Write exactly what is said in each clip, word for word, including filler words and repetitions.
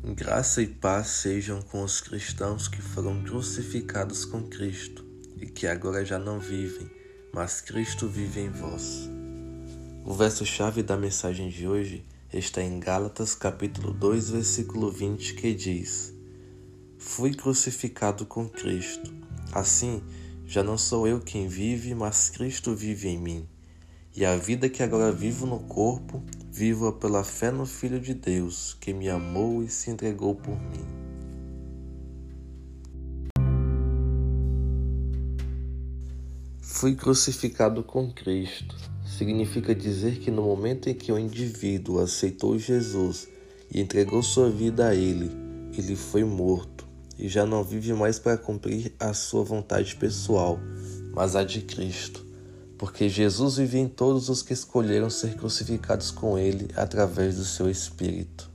Graça e paz sejam com os cristãos que foram crucificados com Cristo e que agora já não vivem, mas Cristo vive em vós. O verso-chave da mensagem de hoje está em Gálatas capítulo dois, versículo vinte, que diz: Fui crucificado com Cristo. Assim, já não sou eu quem vive, mas Cristo vive em mim. E a vida que agora vivo no corpo, vivo-a pela fé no Filho de Deus, que me amou e se entregou por mim. Fui crucificado com Cristo. Significa dizer que no momento em que o indivíduo aceitou Jesus e entregou sua vida a Ele, ele foi morto e já não vive mais para cumprir a sua vontade pessoal, mas a de Cristo. Porque Jesus vive em todos os que escolheram ser crucificados com Ele através do seu Espírito.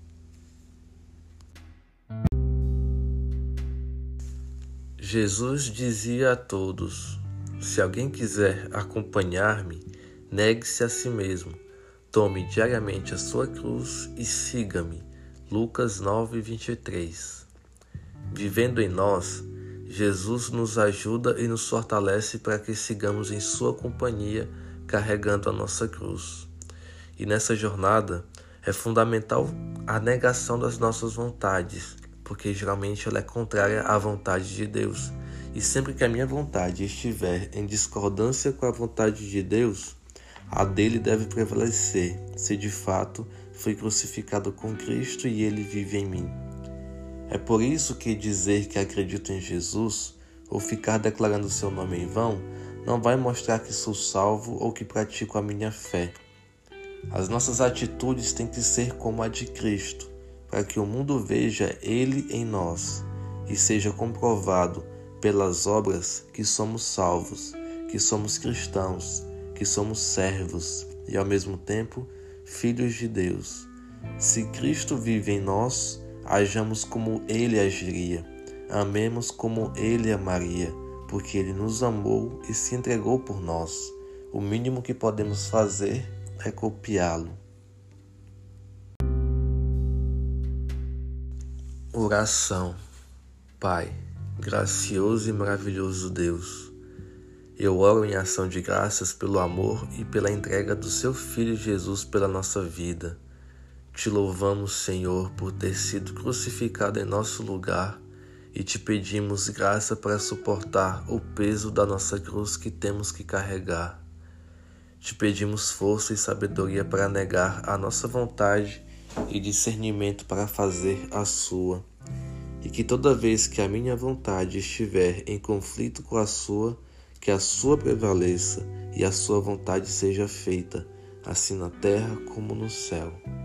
Jesus dizia a todos: se alguém quiser acompanhar-me, negue-se a si mesmo, tome diariamente a sua cruz e siga-me. Lucas nove, vinte e três. Vivendo em nós, Jesus nos ajuda e nos fortalece para que sigamos em sua companhia, carregando a nossa cruz. E nessa jornada é fundamental a negação das nossas vontades, porque geralmente ela é contrária à vontade de Deus. E sempre que a minha vontade estiver em discordância com a vontade de Deus, a dele deve prevalecer, se de fato fui crucificado com Cristo e ele vive em mim. É por isso que dizer que acredito em Jesus ou ficar declarando seu nome em vão não vai mostrar que sou salvo ou que pratico a minha fé. As nossas atitudes têm que ser como a de Cristo, para que o mundo veja Ele em nós e seja comprovado pelas obras que somos salvos, que somos cristãos, que somos servos e ao mesmo tempo filhos de Deus. Se Cristo vive em nós, hajamos como Ele agiria, amemos como Ele amaria, porque Ele nos amou e se entregou por nós. O mínimo que podemos fazer é copiá-lo. Oração. Pai, gracioso e maravilhoso Deus, eu oro em ação de graças pelo amor e pela entrega do Seu Filho Jesus pela nossa vida. Te louvamos, Senhor, por ter sido crucificado em nosso lugar e te pedimos graça para suportar o peso da nossa cruz que temos que carregar. Te pedimos força e sabedoria para negar a nossa vontade e discernimento para fazer a sua. E que toda vez que a minha vontade estiver em conflito com a sua, que a sua prevaleça e a sua vontade seja feita, assim na terra como no céu.